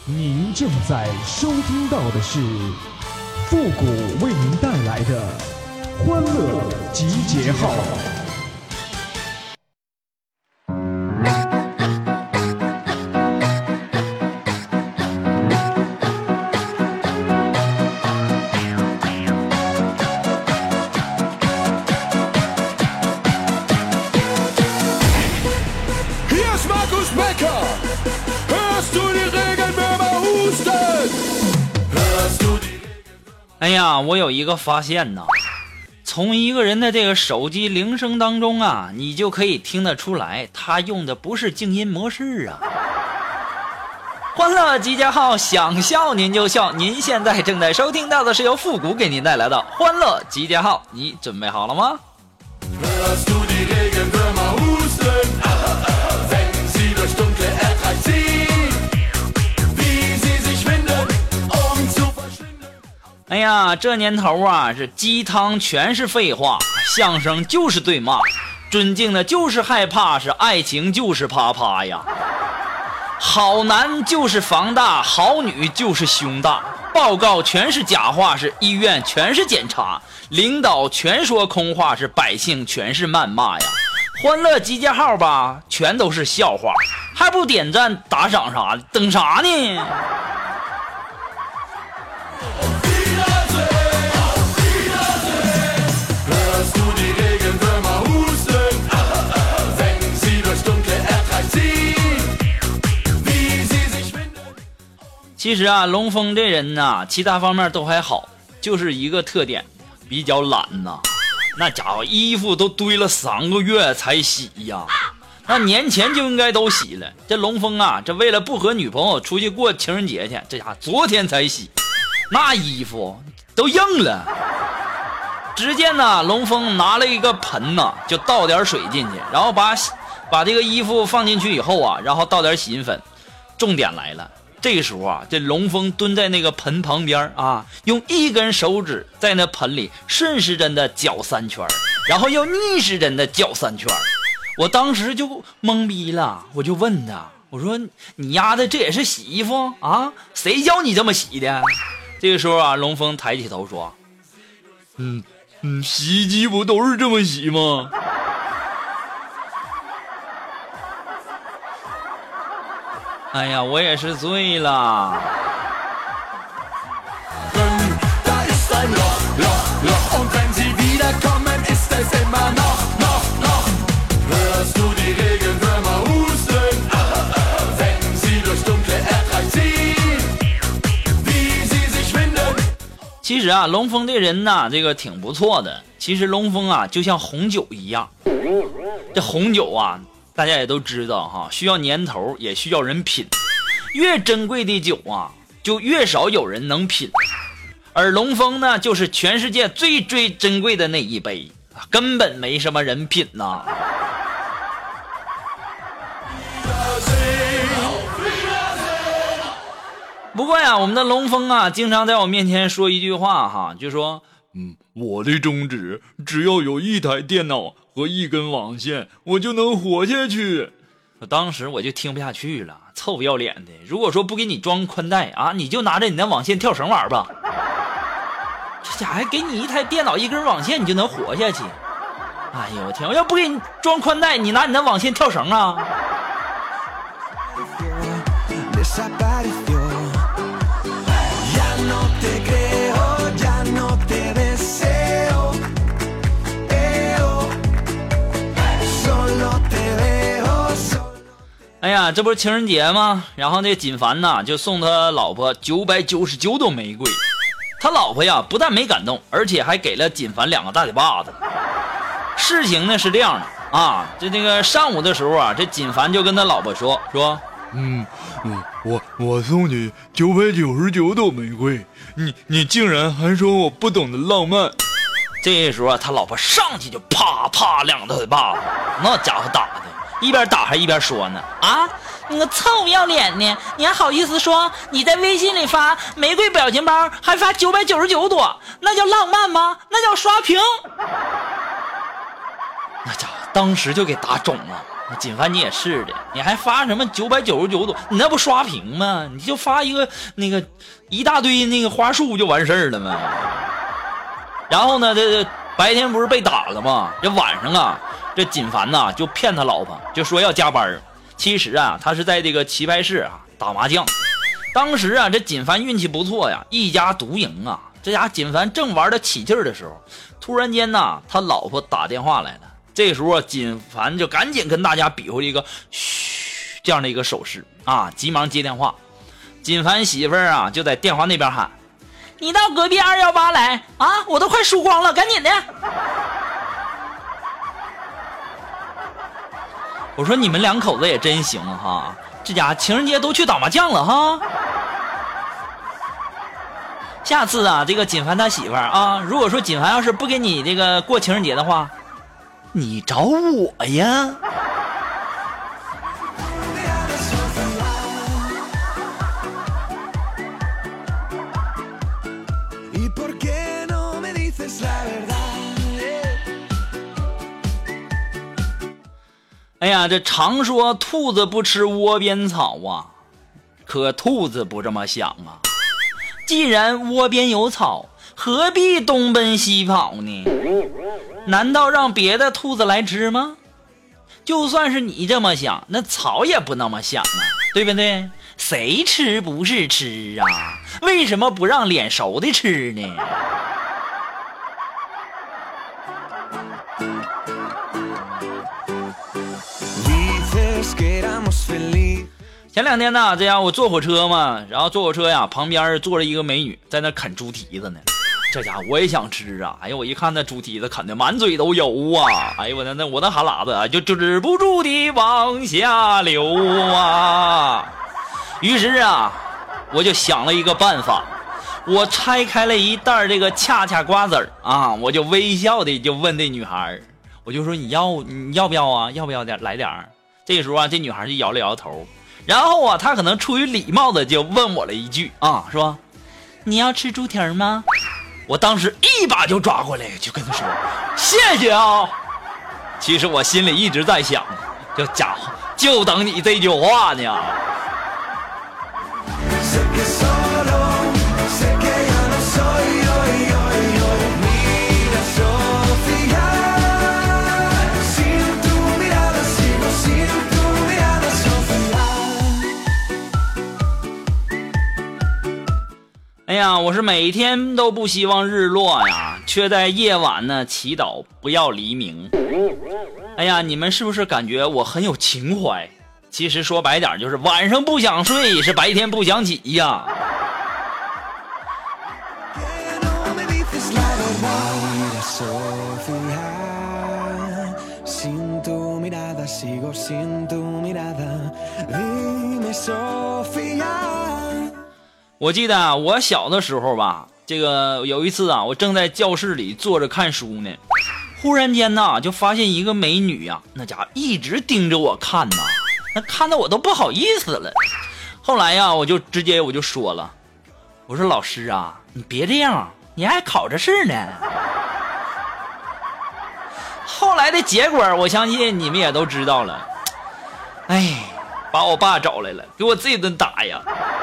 您正在收听到的是复古为您带来的欢乐集结号。 哎呀，我有一个发现呐，从一个人的这个手机铃声当中啊，你就可以听得出来，他用的不是静音模式啊。欢乐集结号，想笑您就笑。您现在正在收听到的是由复古给您带来的欢乐集结号，你准备好了吗？哎呀，这年头啊，是鸡汤全是废话，相声就是对骂，尊敬的就是害怕，是爱情就是啪啪呀。好男就是房大，好女就是胸大，报告全是假话，是医院全是检查，领导全说空话，是百姓全是谩骂呀。欢乐集结号吧，全都是笑话，还不点赞打赏啥的，等啥呢？其实啊，龙峰这人呐，其他方面都还好，就是一个特点，比较懒呐。那家伙衣服都堆了3个月才洗呀，那年前就应该都洗了。这龙峰啊，这为了不和女朋友出去过情人节去，这家伙昨天才洗，那衣服都硬了。只见呢，龙峰拿了一个盆呐，就倒点水进去，然后把这个衣服放进去以后啊，然后倒点洗衣粉。重点来了。这个时候啊，这龙峰蹲在那个盆旁边啊，用一根手指在那盆里顺时针的搅3圈，然后又逆时针的搅3圈。我当时就懵逼了，我就问他，我说你丫的这也是洗衣服啊？谁教你这么洗的？这个时候啊，龙峰抬起头说，洗衣机不都是这么洗吗？哎呀，我也是醉了。其实啊，龙峰这人呐，这个挺不错的。其实龙峰啊，就像红酒一样，这红酒啊，大家也都知道哈，需要年头，也需要人品。越珍贵的酒啊，就越少有人能品。而龙峰呢，就是全世界最珍贵的那一杯，根本没什么人品呐。不过呀，我们的龙峰啊，经常在我面前说一句话哈，就说我的宗旨，只要有1台电脑和1根网线，我就能活下去。当时我就听不下去了，臭不要脸的！如果说不给你装宽带啊，你就拿着你那网线跳绳玩吧。这家伙还给你1台电脑1根网线，你就能活下去？哎呦我天！我要不给你装宽带，你拿你那网线跳绳啊？哎呀，这不是情人节吗？然后这锦凡呐，就送他老婆999朵玫瑰。他老婆呀，不但没感动，而且还给了锦凡2个大嘴巴子。事情呢是这样的啊，这个上午的时候啊，这锦凡就跟他老婆说，我送你999朵玫瑰，你竟然还说我不懂得浪漫。这时候啊，他老婆上去就啪啪2个大嘴巴子，那家伙打的。一边打还一边说呢，啊，你个臭不要脸呢！你还好意思说你在微信里发玫瑰表情包，还发999朵，那叫浪漫吗？那叫刷屏。那家伙当时就给打肿了， 锦凡你也是的，你还发什么999朵？你那不刷屏吗？你就发一个那个一大堆那个花束就完事儿了吗？然后呢，这白天不是被打了吗？这晚上啊，这锦凡呐就骗他老婆，就说要加班。其实啊，他是在这个棋牌室啊打麻将。当时啊，这锦凡运气不错呀，一家独赢啊。这家锦凡正玩得起劲儿的时候，突然间呐，他老婆打电话来了。这时候锦凡就赶紧跟大家比划了一个嘘这样的一个手势啊，急忙接电话。锦凡媳妇儿啊就在电话那边喊：“你到隔壁218来啊，我都快输光了，赶紧的。”我说你们两口子也真行哈，这家情人节都去打麻将了哈。下次啊，这个锦凡他媳妇儿啊，如果说锦凡要是不给你这个过情人节的话，你找我呀。哎呀，这常说兔子不吃窝边草啊，可兔子不这么想啊。既然窝边有草，何必东奔西跑呢？难道让别的兔子来吃吗？就算是你这么想，那草也不那么想啊，对不对？谁吃不是吃啊？为什么不让脸熟的吃呢？前两天呢，这样我坐火车嘛，然后坐火车呀，旁边坐着一个美女在那啃猪蹄子呢。这家伙我也想吃啊！哎呦，我一看那猪蹄子啃的满嘴都油啊！哎呦，我那哈喇子啊，就止不住的往下流啊！于是啊，我就想了一个办法，我拆开了一袋这个恰恰瓜子儿啊，我就微笑的就问这女孩，我就说你要不要啊？要不要来点儿？这个时候啊，这女孩就摇了摇头。然后啊，他可能出于礼貌的就问我了一句啊，说你要吃猪蹄儿吗？我当时一把就抓过来，就跟他说谢谢啊。其实我心里一直在想，这家伙就等你这句话呢。哎呀，我是每天都不希望日落呀，却在夜晚呢祈祷不要黎明。哎呀，你们是不是感觉我很有情怀？其实说白点就是晚上不想睡，是白天不想起呀。我记得啊，我小的时候吧，这个有一次啊，我正在教室里坐着看书呢，忽然间呢，就发现一个美女呀，那家伙一直盯着我看呐，那看得我都不好意思了。后来呀，我就直接说了，我说老师啊，你别这样，你还考着试呢。后来的结果，我相信你们也都知道了。哎，把我爸找来了，给我这顿打呀。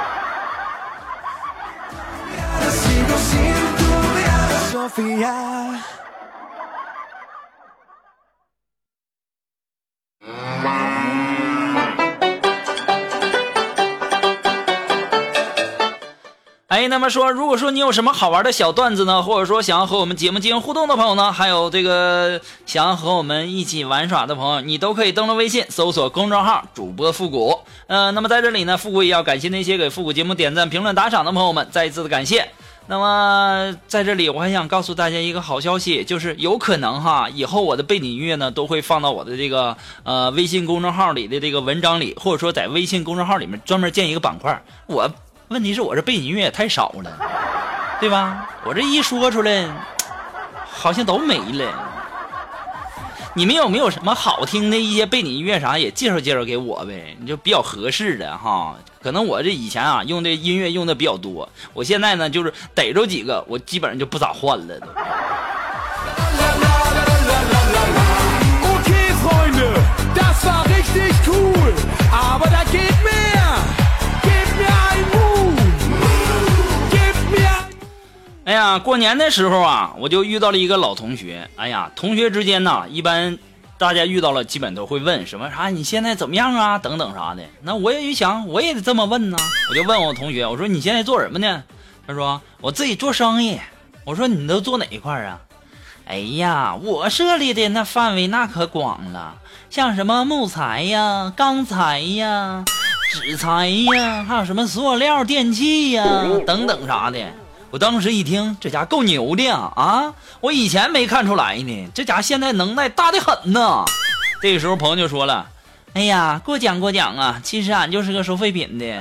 哎，那么说，如果说你有什么好玩的小段子呢，或者说想要和我们节目进行互动的朋友呢，还有这个想要和我们一起玩耍的朋友，你都可以登录微信搜索公众号主播复古。那么在这里呢，复古也要感谢那些给复古节目点赞、评论、打赏的朋友们，再一次的感谢。那么在这里我还想告诉大家一个好消息，就是有可能哈，以后我的背景音乐呢都会放到我的这个微信公众号里的这个文章里，或者说在微信公众号里面专门建一个板块。问题是我这背景音乐也太少了，对吧？我这一说出来好像都没了。你们有没有什么好听的一些背景音乐啥也介绍介绍给我呗？你就比较合适的哈。可能我这以前啊用的音乐用的比较多，我现在呢就是逮着几个我基本上就不咋换了都。 Okay, Freunde, das war richtig. 哎呀，过年的时候啊，我就遇到了一个老同学。哎呀，同学之间呢，一般大家遇到了基本都会问什么啥，你现在怎么样啊，等等啥的。那我也一想，我也得这么问呢。我就问我同学，我说你现在做什么呢？他说我自己做生意。我说你都做哪一块啊？哎呀，我设立的那范围那可广了，像什么木材呀、钢材呀、纸材呀，还有什么塑料电器呀等等啥的。我当时一听，这家够牛的啊！我以前没看出来呢，这家现在能耐大得很呢。这个时候朋友就说了，哎呀，过奖过奖啊，其实俺就是个收废品的。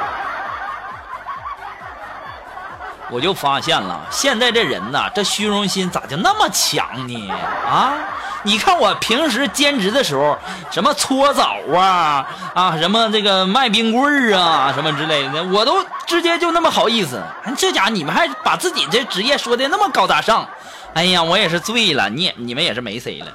我就发现了，现在这人呐，这虚荣心咋就那么强呢？啊，你看我平时兼职的时候，什么搓澡啊，什么这个卖冰棍啊，什么之类的，我都直接就那么好意思。这家你们还把自己这职业说的那么高大上，哎呀，我也是醉了，你们也是没谁了。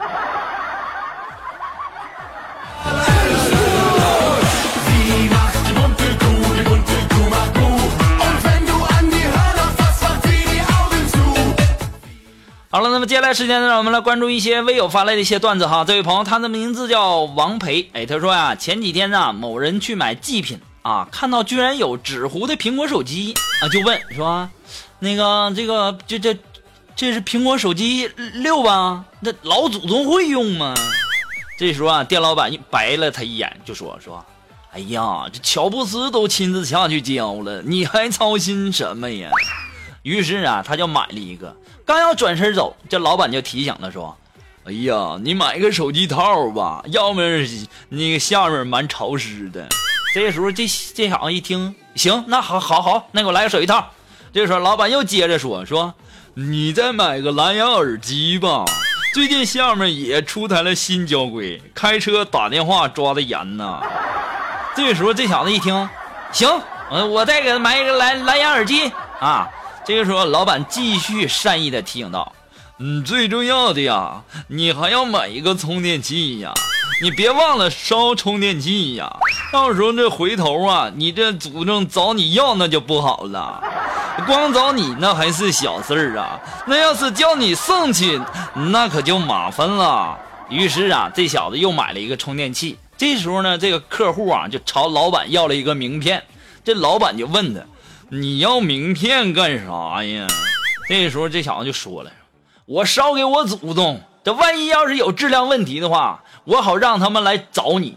好了，那么接下来时间呢，让我们来关注一些微友发来的一些段子哈。这位朋友，他的名字叫王培，他说呀，前几天呢，某人去买祭品啊，看到居然有纸糊的苹果手机啊，就问说，那个这是苹果手机6吧？那老祖宗会用吗？这时候啊，店老板白了他一眼，就说，哎呀，这乔布斯都亲自下去教了，你还操心什么呀？于是啊，他就买了一个。刚要转身走，这老板就提醒了说，哎呀，你买个手机套吧，要么那个下面蛮潮湿的。这时候这小子一听，行，那好，那给我来个手机套。这时候老板又接着说你再买个蓝牙耳机吧，最近下面也出台了新交规，开车打电话抓的严呐。这时候这小子一听，行，我再给他买一个蓝牙耳机啊。这个时候老板继续善意的提醒道，最重要的呀，你还要买一个充电器呀，你别忘了烧充电器呀，到时候这回头啊，你这祖宗找你要那就不好了，光找你那还是小事啊，那要是叫你送去那可就麻烦了。于是啊，这小子又买了一个充电器。这时候呢，这个客户啊就朝老板要了一个名片，这老板就问他，你要名片干啥呀？这时候这小子就说了，我烧给我祖宗，这万一要是有质量问题的话，我好让他们来找你。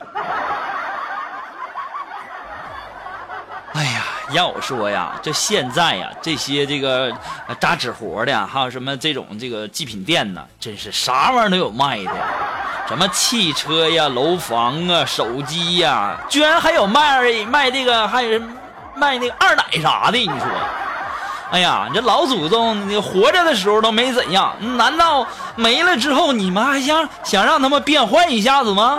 哎呀，要我说呀，这现在呀，这些这个扎纸活的，还有什么这种这个祭品店呢，真是啥玩意儿都有卖的，什么汽车呀、楼房啊、手机呀，居然还有卖这个，还有卖那个二奶啥的，你说？哎呀，这老祖宗你活着的时候都没怎样，难道没了之后你们还想让他们变坏一下子吗？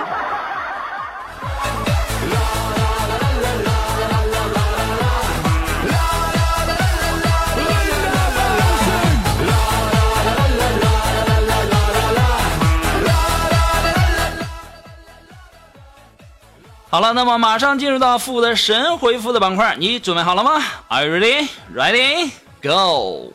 好了，那么马上进入到父的神回复的板块，你准备好了吗？ Are you ready? Ready? Go!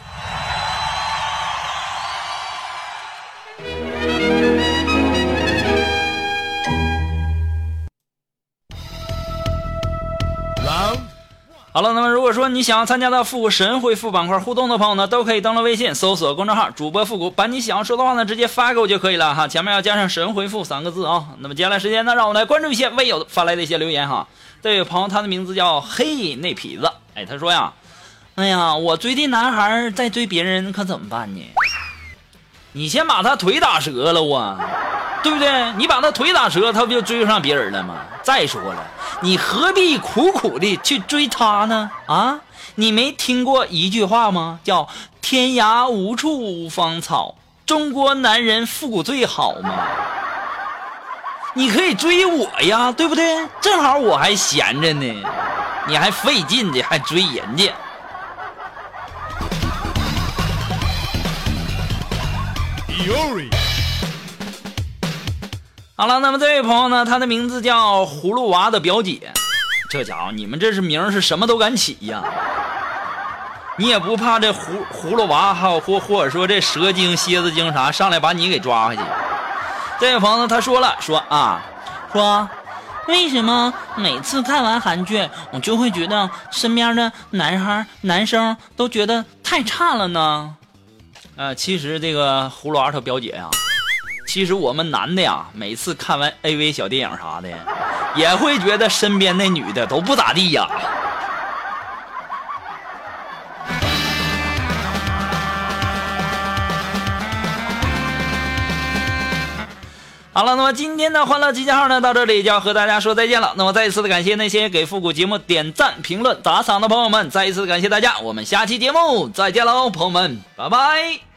好了，那么如果说你想要参加到复古神回复板块互动的朋友呢，都可以登录微信搜索公众号主播复古，把你想要说的话呢直接发给我就可以了哈，前面要加上神回复3个字啊。那么接下来时间呢，让我们来关注一些微友发来的一些留言哈。这位朋友他的名字叫黑那痞子，他说呀，哎呀，我追的男孩在追别人可怎么办呢？你先把他腿打折了啊，对不对？你把他腿打折，他不就追不上别人了吗？再说了，你何必苦苦的去追他呢？啊，你没听过一句话吗？叫天涯无处无芳草，中国男人复古最好吗？你可以追我呀，对不对？正好我还闲着呢，你还费劲的还追人家。好了，那么这位朋友呢，他的名字叫葫芦娃的表姐。这家伙，你们这是名是什么都敢起呀？ 你也不怕这葫芦娃或者说这蛇精、蝎子精啥上来把你给抓回去？这位朋友他说为什么每次看完韩剧我就会觉得身边的男生都觉得太差了呢？其实这个葫芦娃他表姐呀，其实我们男的呀，每次看完 AV 小电影啥的，也会觉得身边那女的都不咋地呀。好了，那么今天的欢乐集结号呢，到这里就要和大家说再见了。那么再一次的感谢那些给复古节目点赞、评论、打赏的朋友们，再一次感谢大家。我们下期节目再见喽，朋友们，拜拜。